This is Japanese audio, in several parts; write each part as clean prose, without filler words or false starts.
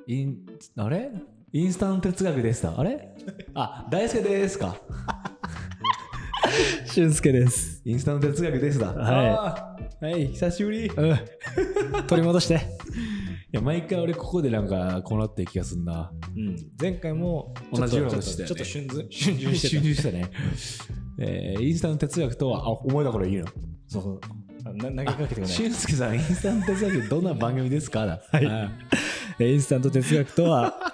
あれインスタント哲学でした。あれ大輔ですか。 俊介です。 インスタント哲学ですだ。はい、久しぶり。 取り戻して。 いや、毎回俺ここでなんかこうなってる気がすんな。 前回も同じようなことしてたよね。 ちょっと逡巡してたね。インスタント哲学とは、お前だからいいの。 そう投げかけてくれない。 俊介さん、インスタント哲学どんな番組ですかだ。 はい。インスタント哲学とは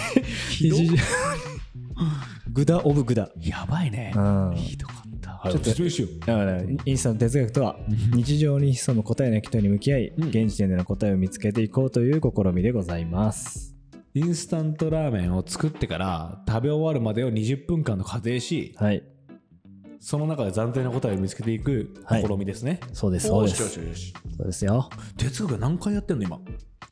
グダオブグダ。 やばいね。ひどかった。 ちょっと説明しよう。だからインスタント哲学とは日常に潜む答えなき問いに向き合い、現時点での答えを見つけていこうという試みでございます。 インスタントラーメンを作ってから食べ終わるまでを20分間の過程し、はい、その中で暫定の答えを見つけていく試みですね。 はい、そうですそうです。そうですよ。 哲学何回やってんの今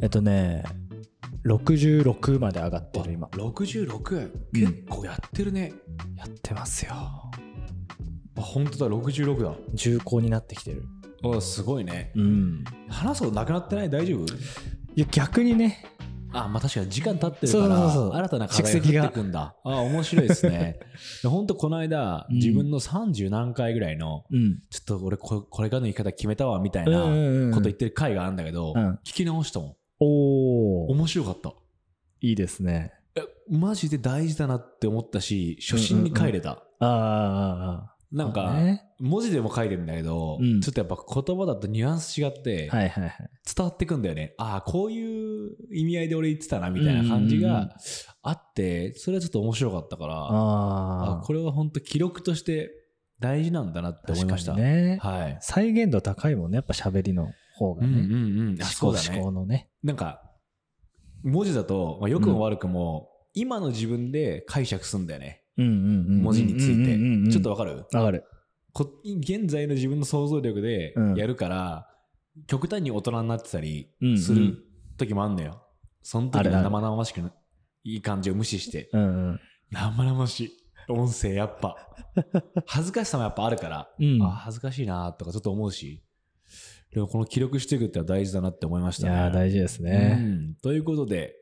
？66まで上がってる今。 66、結構やってるね。 やってますよ。 本当だ、66だ。 重厚になってきてる。 すごいね。話すことなくなってない？大丈夫？いや逆にね。 まあ確かに時間経ってるから新たな課題が降ってくんだ。面白いですね。本当この間、自分の30何回ぐらいの、ちょっと俺これからの言い方決めたわみたいなこと言ってる回があるんだけど、聞き直したもん。面白かった。 いいですね。 マジで大事だなって思ったし、初心に帰れた。なんか文字でも書いてるんだけど、ちょっとやっぱ言葉だとニュアンス違って伝わってくんだよね。こういう意味合いで俺言ってたなみたいな感じがあって、それはちょっと面白かったから、これは本当記録として大事なんだなって思いました。 はい。再現度高いもんね、やっぱ喋りの方がね。思考のね。 なんか文字だと良くも悪くも今の自分で解釈するんだよね。文字についてちょっとわかる？ わかる。 現在の自分の想像力でやるから、極端に大人になってたりする時もあんのよ。その時の生々しくいい感じを無視して、生々しい音声やっぱ恥ずかしさもやっぱあるから、恥ずかしいなとかちょっと思うし、でもこの記録していくってのは大事だなって思いましたね。 いや大事ですね。 ということで、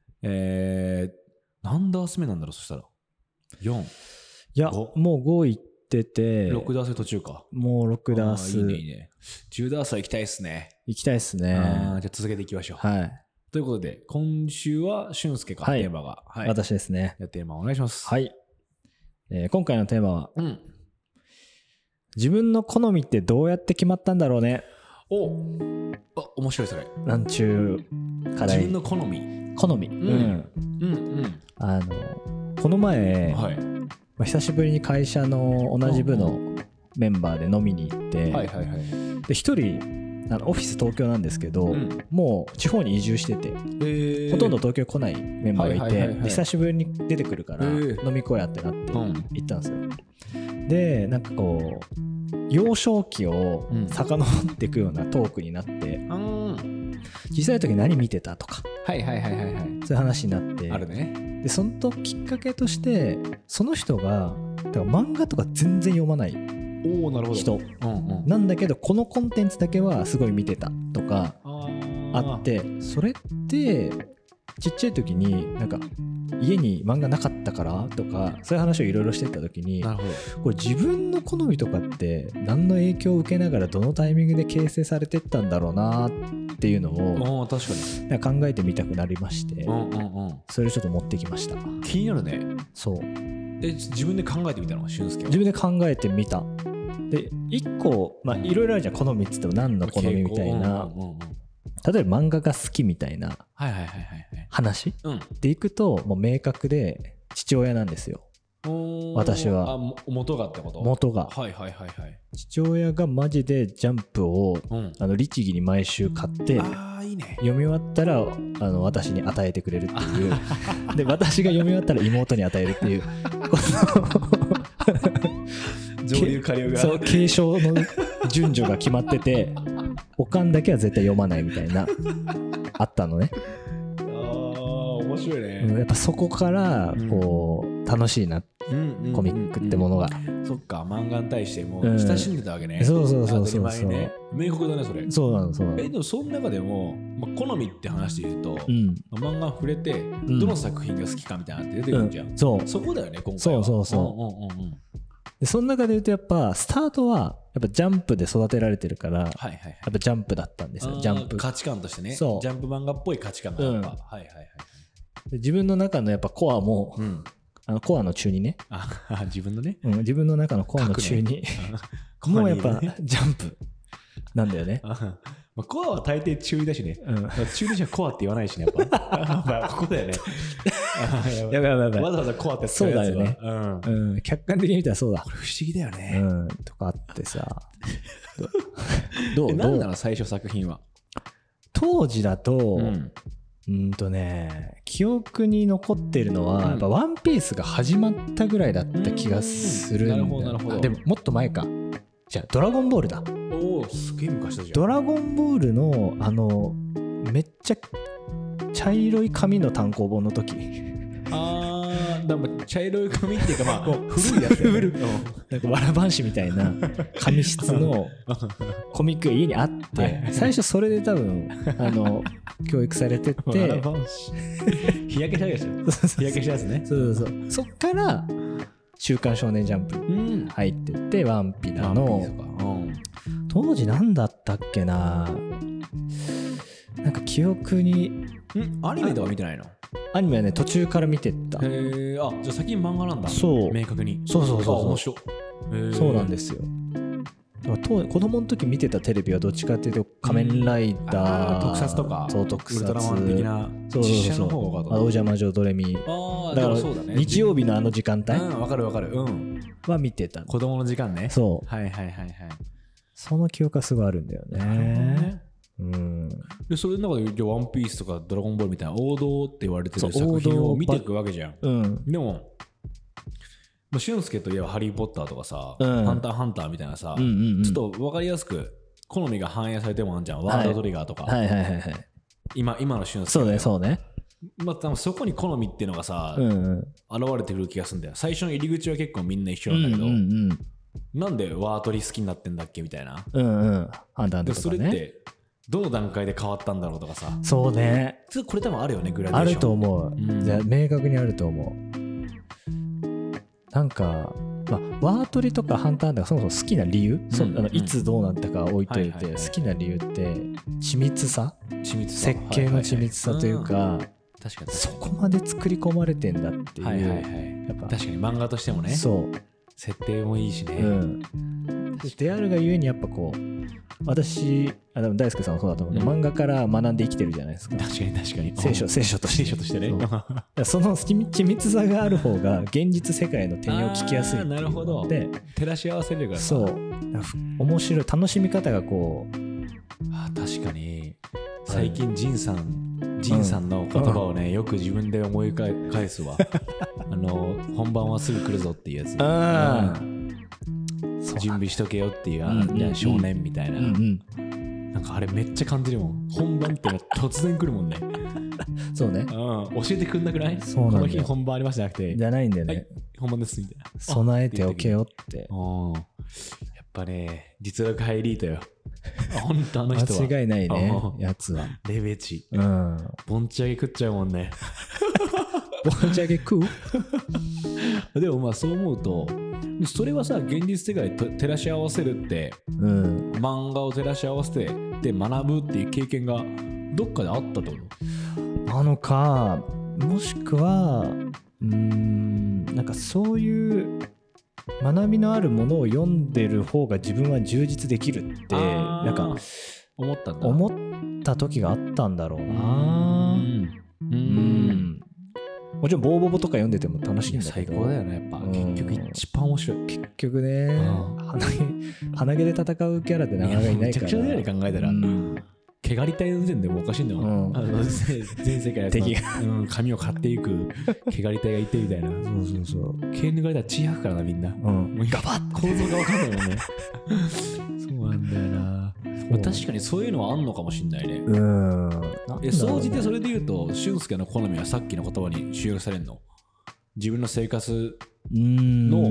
何ダース目なんだろう。そしたら4。いやもう5いってて 6ダース途中か。 もう6ダース。 いいねいいね。10ダースは行きたいですね。 行きたいですね。 じゃあ続けていきましょう。 はい。 ということで今週は俊介か、テーマが、 私ですね。 テーマお願いします。 はい。今回のテーマは、自分の好みってどうやって決まったんだろうね。面白いそれ。 なんちゅう課題。 自分の好み。 この前、久しぶりに会社の同じ部のメンバーで飲みに行って、で一人オフィス東京なんですけど、もう地方に移住してて、ほとんど東京来ないメンバーがいて、久しぶりに出てくるから飲み来やってなって行ったんですよ。でなんかこう幼少期を遡っていくようなトークになって、小さい時何見てたとか、そういう話になってあるね。 でそのときっかけとしてその人がだから漫画とか全然読まない人なんだけど、このコンテンツだけはすごい見てたとかあって、それってちっちゃい時になんか家に漫画なかったからとかそういう話をいろいろしてった時に、これ自分の好みとかって何の影響を受けながらどのタイミングで形成されてったんだろうなっていうのを確かに考えてみたくなりまして、それをちょっと持ってきました。 気になるね。 そう。 自分で考えてみたの？俊介は自分で考えてみた。で1個いろいろあるじゃん、好みっつっても何の好みみたいな。例えば漫画が好きみたいな話でいくともう明確で父親なんですよ。私は元がってこと？ 元が、父親がマジでジャンプを、律儀に毎週買って読み終わったら私に与えてくれるっていうで私が読み終わったら妹に与えるっていう上流下流がそう継承の順序が決まってておかんだけは絶対読まないみたいなあったのね。 面白いね。 やっぱそこからこう楽しいなってコミックってものが。 そっか、漫画に対してもう親しんでたわけね。 そうそうそう当たり前ね。明確だね、それ。 そうなの、そうなの。 でもその中でも、好みって話で言うと、漫画触れて、どの作品が好きかみたいなって出てくるじゃん。そこだよね、今回は。 でその中で言うとやっぱスタートはやっぱジャンプで育てられてるから、やっぱジャンプだったんですよ。ジャンプ価値観としてね。ジャンプ漫画っぽい価値観がやっぱ。 自分の中のやっぱコアも、コアの中にね。 自分のね。 自分の中のコアの中に。もうやっぱジャンプなんだよね。 コアは大抵中だしね。中でしかコアって言わないしね、やっぱ。ここだよね。 やばいやばいやばい。 わざわざコアって使うやつは。 そうだよね。客観的に見たらそうだ。 これ不思議だよね。 とかあってさ。 何なの最初作品は。 当時だと、記憶に残ってるのは、やっぱワンピースが始まったぐらいだった気がするんだよ。なるほど。でももっと前か。じゃあドラゴンボールだ。 おお、すげえ昔だじゃん。 ドラゴンボールのめっちゃ茶色い紙の単行本の時。 だから茶色い紙っていうか古いやつだよね。 なんかわらばんしみたいな紙質のコミックが家にあって、最初それで多分教育されてって、 日焼けしたやつ。日焼けしたやつね。 そっから週刊少年ジャンプ入ってってワンピだの。当時何だったっけな。なんか記憶に。 アニメでは見てないの？ アニメはね途中から見てった。 じゃあ先に漫画なんだ。 そう。 明確に。 そう。 面白い。 そうなんですよ。子供の時見てたテレビはどっちかっていうと仮面ライダー、 特撮とか、 ウルトラマン的な実写の方が多かった。 青邪魔女ドレミ。だから日曜日のあの時間帯。 わかる。 は見てた。 子供の時間ね。 そう。 はい。 その記憶がすごいあるんだよね。 でそれの中でワンピースとかドラゴンボールみたいな王道って言われてる作品を見ていくわけじゃん。でも俊介といえばハリー・ポッターとかさ、ハンターハンターみたいなさ、ちょっと分かりやすく好みが反映されてもあるじゃん。ワールドトリガーとか。今の俊介。 そうね。 そこに好みっていうのがさ、現れてくる気がするんだよ。最初の入り口は結構みんな一緒なんだけど、なんでワートリ好きになってんだっけみたいな。 ハンターとかね。 それってどの段階で変わったんだろうとかさ。 そうね。 これ多分あるよね、グラデーション。 あると思う。明確にあると思う。なんか、ワートリとかハンターとかそもそも好きな理由、いつどうなったか置いといて、好きな理由って緻密さ、設計の緻密さというか、 確かにそこまで作り込まれてんだっていう。 やっぱ確かに漫画としてもね。 そう。 設定もいいしね。 であるがゆえにやっぱこう私大輔さんもそうだと思うけど、漫画から学んで生きてるじゃないですか。 確かに聖書としてね。その緻密さがある方が現実世界の転用を聞きやすいっていう。 なるほど。で照らし合わせるから。 そう面白い楽しみ方がこう。 確かに最近ジンさんの言葉をね、よく自分で思い返すわ。本番はすぐ来るぞっていうやつ。準備しとけよっていう少年みたいな。なんかあれめっちゃ感じるもん。本番って突然来るもんね。 そうね。 教えてくんなくない？ そうなんだよ。 この日本番ありますじゃなくて。 じゃないんだよね。 本番ですみたいな。 備えておけよって。 やっぱね、実力派エリートよ。本当あの人は間違いないね、やつは。 レベチ。ボンチ上げ食っちゃうもんね。 ボンチ上げ食う？でもそう思うと、それはさ、現実世界と照らし合わせるって、漫画を照らし合わせてで学ぶっていう経験がどっかであったってこと？ か、もしくはなんかそういう学びのあるものを読んでる方が自分は充実できるってなんか思った時があったんだろうな。もちろんボーボボとか読んでても楽しいんだけど。 最高だよね、やっぱ。結局一番面白い。 結局ね、鼻毛で戦うキャラってなかなかいないから。めちゃくちゃリアルに考えたら、毛刈り隊の時点でもおかしいんだもん。全世界敵が髪を刈っていく毛刈り隊がいてみたいな。そう。毛抜かれたら血吐くからな、みんな。ガバッ構造が分かんないもんね。そうなんだよな。確かにそういうのはあんのかもしんないね。総じてそれで言うと、俊介の好みはさっきの言葉に集約されるの？自分の生活の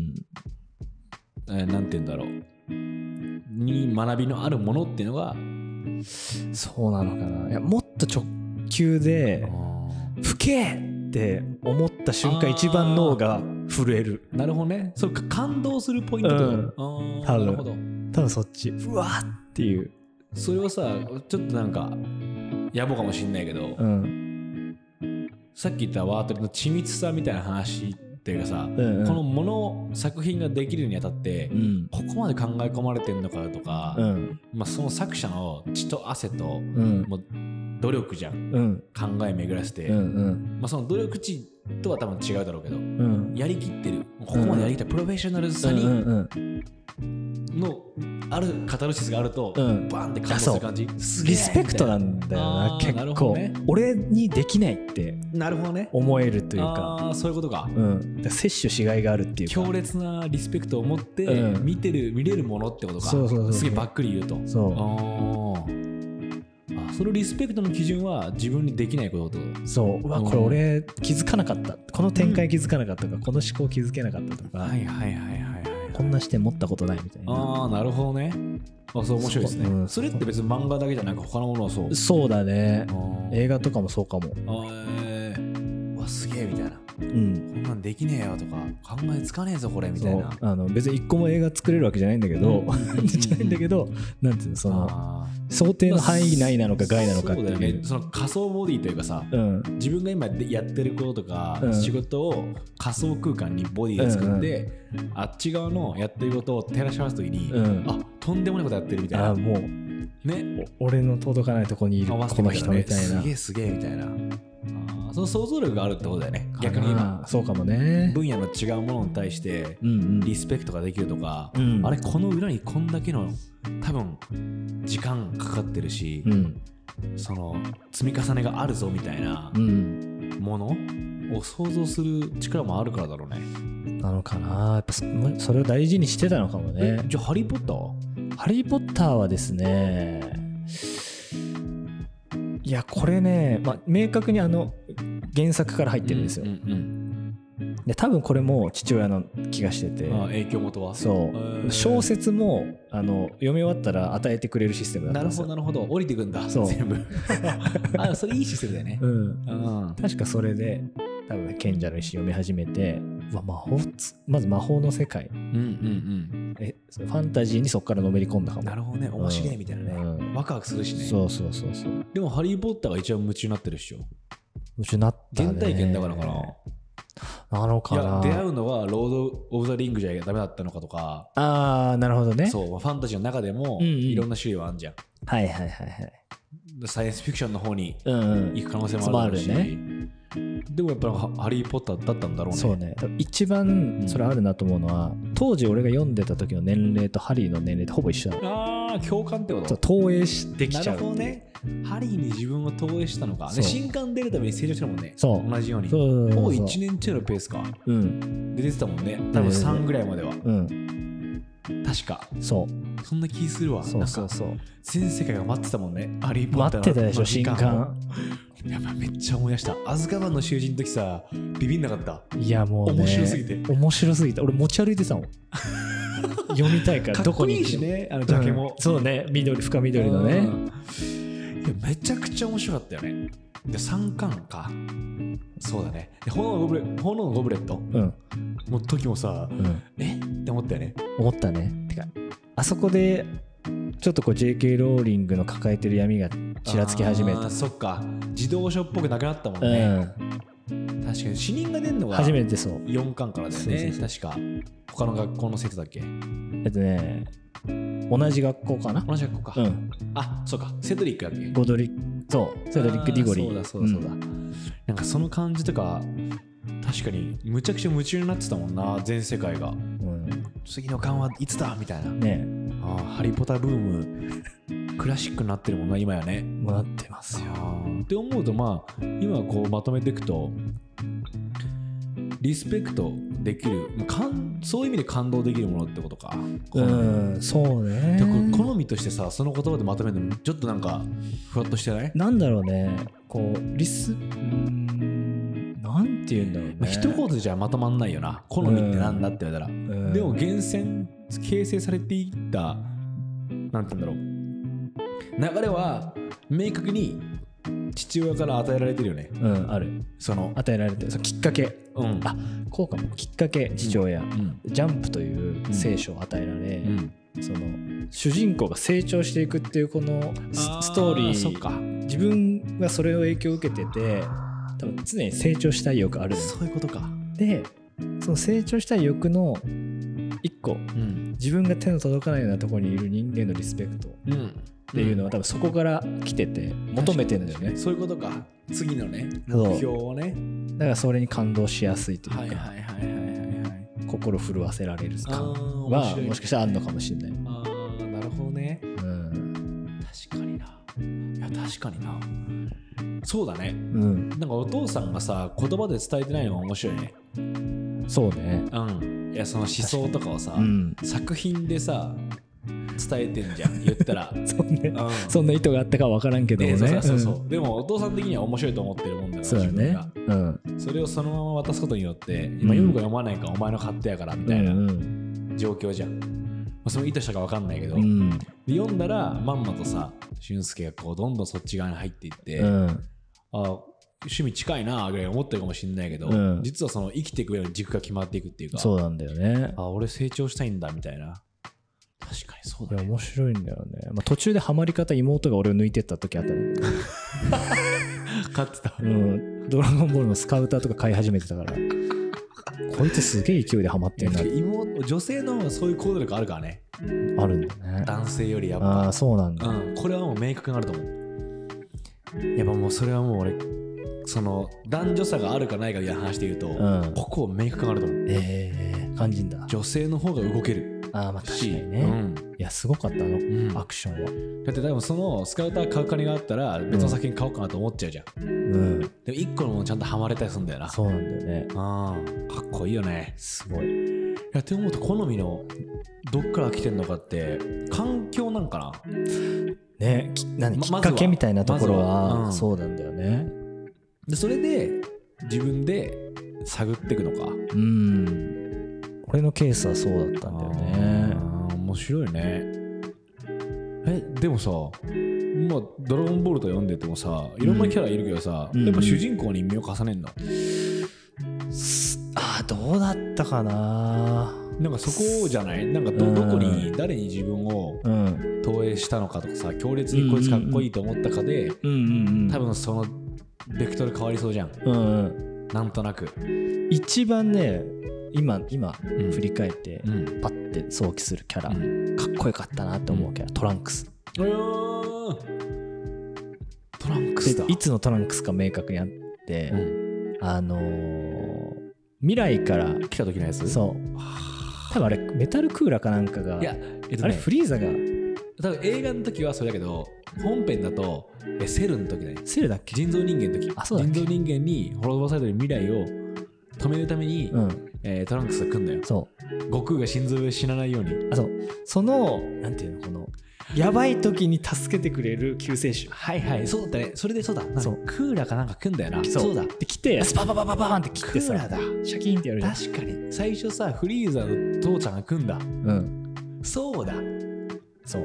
なんて言うんだろうに学びのあるものっていうのがそうなのかな。いやもっと直球で吹けって思った瞬間一番脳が震える。 なるほどね。それか感動するポイントと、 多分そっちうわーっていう。 それはさちょっとなんか野暮かもしんないけど、さっき言ったワートリの緻密さみたいな話っていうかさ、この作品ができるにあたって、ここまで考え込まれてんのかとか、その作者の血と汗と、もう努力じゃん、考え巡らせて、その努力値とは多分違うだろうけど、やりきってるここまでやりきったプロフェッショナルさにのあるカタルシスがあると、バーンって感動する感じ。 リスペクトなんだよな結構、俺にできないって思えるというか。 そういうことか。 摂取しがいがあるっていうか強烈なリスペクトを持って見れるものってことか。すげえばっくり言うと。そのリスペクトの基準は自分にできないことってこと。 そううわこれ俺気づかなかった、この展開気づかなかったとか、この思考気づけなかったとか、こんな視点持ったことないみたいな。 なるほどね。そう面白いですね。それって別に漫画だけじゃなく他のものはそうだね。映画とかもそうかも。 わすげえみたいな、こんなんできねえよとか考えつかねえぞこれみたいな。 別に一個も映画作れるわけじゃないんだけどじゃないんだけど、なんていうのその想定の範囲内なのか外なのかっていう。そうだよね。その仮想ボディというかさ、自分が今やってることとか、仕事を仮想空間にボディで作って、あっち側のやってることを照らし合わすときに、とんでもないことやってるみたいな。 もうね、俺の届かないとこにいるこの人みたいな。 すげえみたいな。その想像力があるってことだよね。逆に今そうかもね。 分野の違うものに対してリスペクトができるとか、あれこの裏にこんだけの多分時間かかってるし、その積み重ねがあるぞみたいなものを想像する力もあるからだろうね。 なのかな。やっぱそれを大事にしてたのかもね。 じゃあハリーポッターは？ ハリーポッターはですね、いやこれね、明確に原作から入ってるんですよ。で多分これも父親の気がしてて、 影響元はそう小説も読み終わったら与えてくれるシステムだったんですよ。 なるほど降りてくんだ。 そう全部それいいシステムだよね。 確かそれで多分賢者の石読み始めて、まず魔法の世界、ファンタジーにそこからのめり込んだかも。 なるほどね。面白いみたいなね、ワクワクするしね。 そう。 でもハリーポッターが一番夢中になってるっしょ。 夢中になったね。 原体験だからかな。 なのかな。 いや出会うのはロード・オブ・ザ・リングじゃダメだったのかとか。 なるほどね。 そうファンタジーの中でもいろんな種類はあるじゃん。 はいサイエンスフィクションの方に行く可能性もあるし、でもやっぱりハリー・ポッターだったんだろうね。 そうね。一番それあるなと思うのは、当時俺が読んでた時の年齢とハリーの年齢ってほぼ一緒だ。 共感ってこと？ 投影できちゃう。 なるほどね。ハリーに自分を投影したのか。新刊出るために成長したもんね。 そう同じように。ほぼ1年中のペースか。で出てたもんね。多分3ぐらいまでは。確かそんな気するわ。そう全世界が待ってたもんね。ハリーポッターの待ってたでしょ新刊。 やばいめっちゃ思い出した。アズカバンの囚人の時さビビんなかった？ いやもうね面白すぎて俺持ち歩いてたもん読みたいからどこにかっこいいしね。ジャケもそうね深緑のね。 いやめちゃくちゃ面白かったよね。で3巻か。そうだね。炎のゴブレットの時もさ、って思ったよね。 思ったね。てかあそこでちょっとJK ローリングの抱えてる闇がちらつき始めた。 そっか自動書っぽくなくなったもんね。確かに死人が出るのが初めてそう 4巻からだよね。確か他の学校の生徒だっけ？ 同じ学校かな。 同じ学校か。そうかセドリックだっけ？ セドリック・ディゴリー。 そうだ。なんかその感じとか確かにむちゃくちゃ夢中になってたもんな全世界が。次の巻はいつだみたいなね。ハリーポッターブームクラシックになってるもんな今やね。 なってますよ。 って思うと今まとめていくとリスペクトできるそういう意味で感動できるものってことか。 そうね。 好みとしてさその言葉でまとめるのちょっとなんかふわっとしてない？ なんだろうね。なんていうんだろうね。 一言じゃまとまんないよな。好みってなんだって言われたら。でも源泉形成されていったなんて言うんだろう、流れは明確に父親から与えられてるよね。 ある。その与えられてる、そのきっかけ、あ、こうかも、きっかけ父親、ジャンプという聖書を与えられ、その主人公が成長していくっていうこのストーリー、自分がそれを影響を受けてて、多分常に成長したい欲ある。 そういうことか。 でその成長したい欲の一個、自分が手の届かないようなところにいる人間のリスペクトっていうのは多分そこから来てて求めてるんだよね。 そういうことか。次のね目標をね。 だからそれに感動しやすいというか、心震わせられる感はもしかしたらあるのかもしれない。 ああ、なるほどね。確かにな。いや確かにな。そうだね。なんかお父さんがさ言葉で伝えてないのが面白いね。 そうね。 いやその思想とかをさ、作品でさ伝えてんじゃん言ったらそんな意図があったかは分からんけどもね。 そうでもお父さん的には面白いと思ってるもんだから、 そうだね。 それをそのまま渡すことによって今読むか読まないかお前の勝手やからみたいな状況じゃん。その意図したか分かんないけど、読んだらまんまとさ俊介がこうどんどんそっち側に入っていって、趣味近いなぐらい思ってるかもしれないけど、実はその生きていく上の軸が決まっていくっていうか、 そうなんだよね。 俺成長したいんだみたいな。確かにそうだね。 いや面白いんだよね。途中でハマり方妹が俺を抜いてった時あったの。 勝ってた。 ドラゴンボールのスカウターとか買い始めてたから。こいつすげえ勢いでハマってんな。 女性の方がそういう行動力あるからね。 あるんだね。 男性よりやっぱ。 そうなんだ。 これはもう明確にあると思う。やっぱもうそれはもう俺その男女差があるかないかで話で言うと、ここ明確にあると思う。 感じんだ。 女性の方が動ける。 確かにね。いやすごかったアクションは。だって多分そのスカウター買う金があったら別の作品買おうかなと思っちゃうじゃん。でも1個のものちゃんとハマれたりするんだよな。 そうなんだよね。 かっこいいよね。 すごい。 いやって思うと好みのどっから来てんのかって環境なんかな。 ね、きっかけみたいなところはそうなんだよね。 でそれで自分で探っていくのか。 俺のケースはそうだったんだよね。 面白いね。でもさ、ドラゴンボールと読んでてもさ、いろんなキャラいるけどさ、やっぱ主人公に身を重ねんの？ どうだったかな。 なんかそこじゃない？なんかどこに誰に自分を投影したのかとかさ、強烈にこいつかっこいいと思ったかで、多分そのベクトル変わりそうじゃん。なんとなく。 一番ね、今振り返ってパッて想起するキャラ、かっこよかったなって思うキャラ、トランクス。トランクスだ。いつのトランクスか明確にあって、未来から来た時のやつ。 そう。多分あれメタルクーラーかなんかが、あれフリーザが多分映画の時はそれだけど本編だとセルの時だね。 セルだっけ？ 人造人間の時。 そうだっけ？ 人造人間に滅ぼされてる未来を止めるために、トランクスが来んだよ。 そう。 悟空が心臓で死なないように。 そのなんていうの、このやばい時に助けてくれる救世主。 そうだったね。それでそうだ。そうクーラーかなんか来んだよな。 そうだ。で来てスパパパパパンって切ってさ。 クーラーだ。 シャキーンってやるじゃん。 確かに。最初さフリーザの父ちゃんが来んだ。そうだ。そう。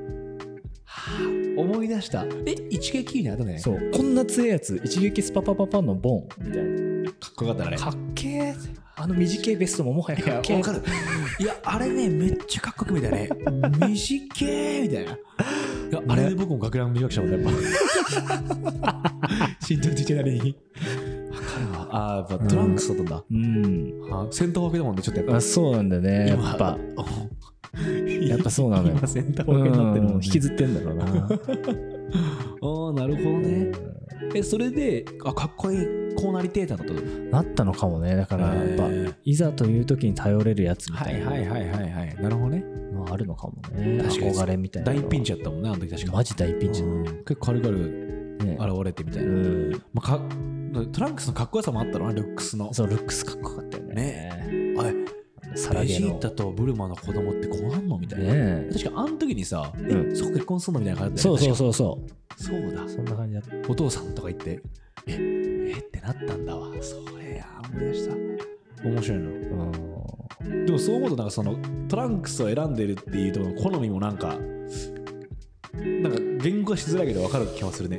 思い出した。一撃にあったね。 そう。こんな強いやつ一撃スパパパパのボンみたいな。 かっこよかったね。 かっけー。短いベストももはやかっけー。 わかる。いやあれねめっちゃかっこよく見たね。短いみたいな。あれで僕も学ラン短くしたもんねやっぱ。身長ちっちゃいなりに。わかるわ。やっぱトランクスだったんだ。戦闘分けだもんねちょっとやっぱ。 そうなんだね。やっぱそうなのよ。 今戦闘分けになってるもん。 引きずってんだろうな。 なるほどね。それでかっこいいこうなりてえだったとなったのかもね。だからやっぱいざという時に頼れるやつみたいな。 なるほどね。 あるのかもね。憧れみたいな。 大ピンチやったもんねあの時確か。 マジ大ピンチ。 結構軽々現れてみたいな。トランクスのかっこよさもあったのなルックスの。 そうルックスかっこよかったよね。 ベジータとブルマの子供ってこうなんのみたいな。確かあの時にさそう結婚するのみたいな感じだったよね。 そうだそんな感じだった。お父さんとか言ってってなったんだわ。それ思い出した。面白いな。でもそう思うとなんかそのトランクスを選んでるっていうところの好みもなんか言語化しづらいけど分かる気がするね。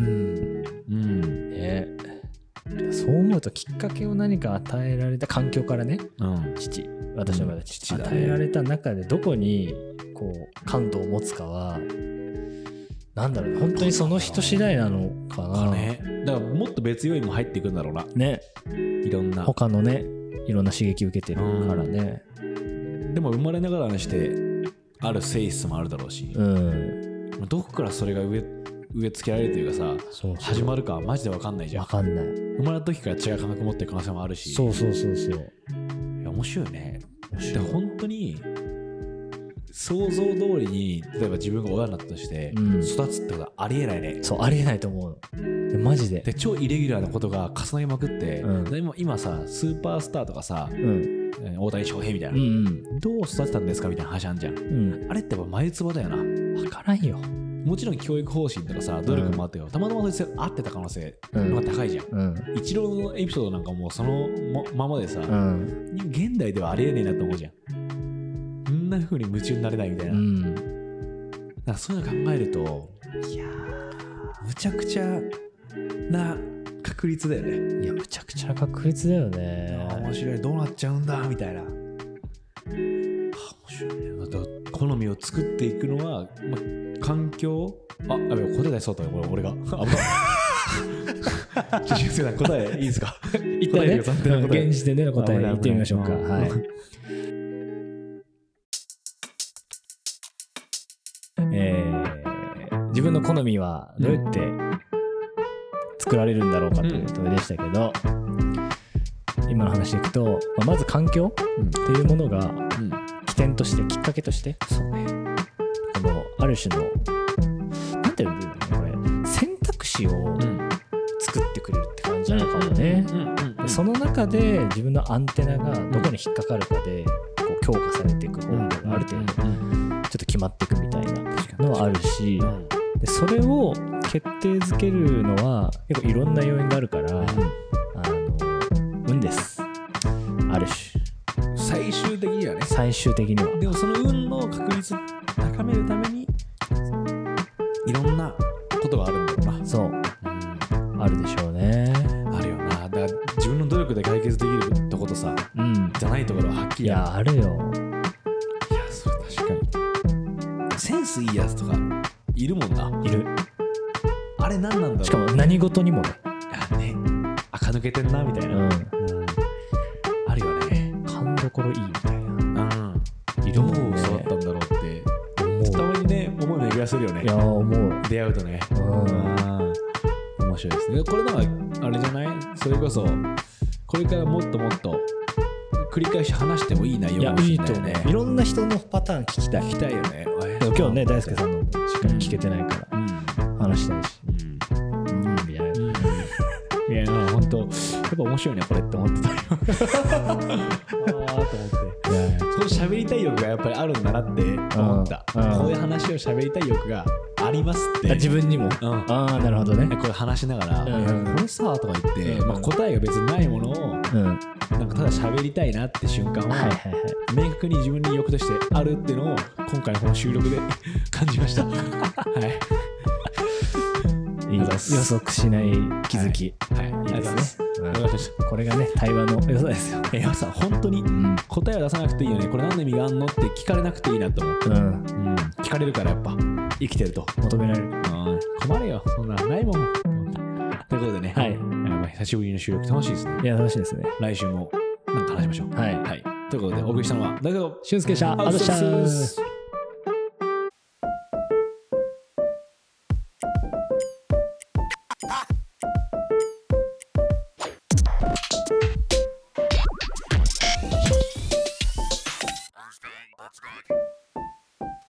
そう思うときっかけを何か与えられた環境からね、私の場合は父与えられた中でどこにこう感度を持つかはなんだろう、本当にその人次第なのかな。 だからもっと別要因も入っていくんだろうな。ね。いろんな他のね、いろんな刺激受けてるからね。 でも生まれながらにしてある性質もあるだろうし、どこからそれが植え付けられるというかさ、始まるかマジで分かんないじゃん。 分かんない。 生まれた時から違う感覚持ってる可能性もあるし。 そう。 いや面白いね。で本当に想像通りに例えば自分が親になったとして育つってことはありえないね。 そう、ありえないと思うの。マジで。 で超イレギュラーなことが重なりまくって、今さスーパースターとかさ、大谷翔平みたいな、どう育てたんですかみたいな話あんじゃん。あれってやっぱ眉唾だよな。 分からんよ。 もちろん教育方針とかさ努力もあったけど、たまたまそいつ合ってた可能性が高いじゃん。イチローのエピソードなんかもうそのままでさ、現代ではありえねえなと思うじゃん。こんな風に夢中になれないみたいな。なんかそういうの考えると、いやーむちゃくちゃな確率だよね。 いやむちゃくちゃな確率だよね。 面白い、どうなっちゃうんだみたいな。面白いね。また好みを作っていくのは、環境。やべえ、答え出そうと俺が。危ない。答えいいですか。 一旦ね、現時点での答え言ってみましょうか。はい。自分の好みはどうやって作られるんだろうかという問いでしたけど、今の話でいくと、まず環境っていうものが起点として、きっかけとして、このある種のなんていうんだろうね、これ選択肢を作ってくれるって感じなのかもね。その中で自分のアンテナがどこに引っかかるかでこう強化されていく方法がある程度ちょっと決まっていくみたいなのはあるし、でそれを決定づけるのは結構いろんな要因があるから、運です。ある種最終的にはね。 最終的にはでもその運の確率高めるためにいろんなことがあるんだろうな。 そう、あるでしょうね。 あるよな。だから自分の努力で解決できるとことさ、じゃないところははっきりある。 いやあるよ。 いやそれ確かにセンスいいやつとかいるもんな。 いる。 あれ何なんだろう。 しかも何事にもね。 いやね、垢抜けてんなみたいな。あるよね。 勘どころいいみたいな。 どう育ったんだろうってたまにね思い巡らせるよね。 いや思う。 出会うとね。面白いですね。これなんかあれじゃない？それこそこれからもっともっと繰り返し話してもいい内容かもしれないよね。 いろんな人のパターン聞きたい。 聞きたいよね。 でも今日ね大輔さんのしっかり聞けてないから話したいし。 いや本当やっぱ面白いねこれって思ってたよ。と思って。その喋りたい欲がやっぱりあるんだなって思った。こういう話を喋りたい欲がありますって。 自分にも。なるほどね。 これ話しながら、これさとか言って、答えが別にないものを、なんかただ喋りたいなって瞬間は、明確に自分に欲としてあるっていうのを今回のこの収録で感じました。はい。 予測しない気づき。 いいですね。 これがね対話の良さですよ。 良さ本当に答えを出さなくていいよね。これ何の意味があんのって聞かれなくていいなと思う。聞かれるからやっぱ生きてると求められる。 困るよそんなないもん。ということでね。久しぶりの収録楽しいですね。 いや楽しいですね。 来週もなんか話しましょう。はい。ということでお送りしたのはだけど俊介でした。ありがとうございました。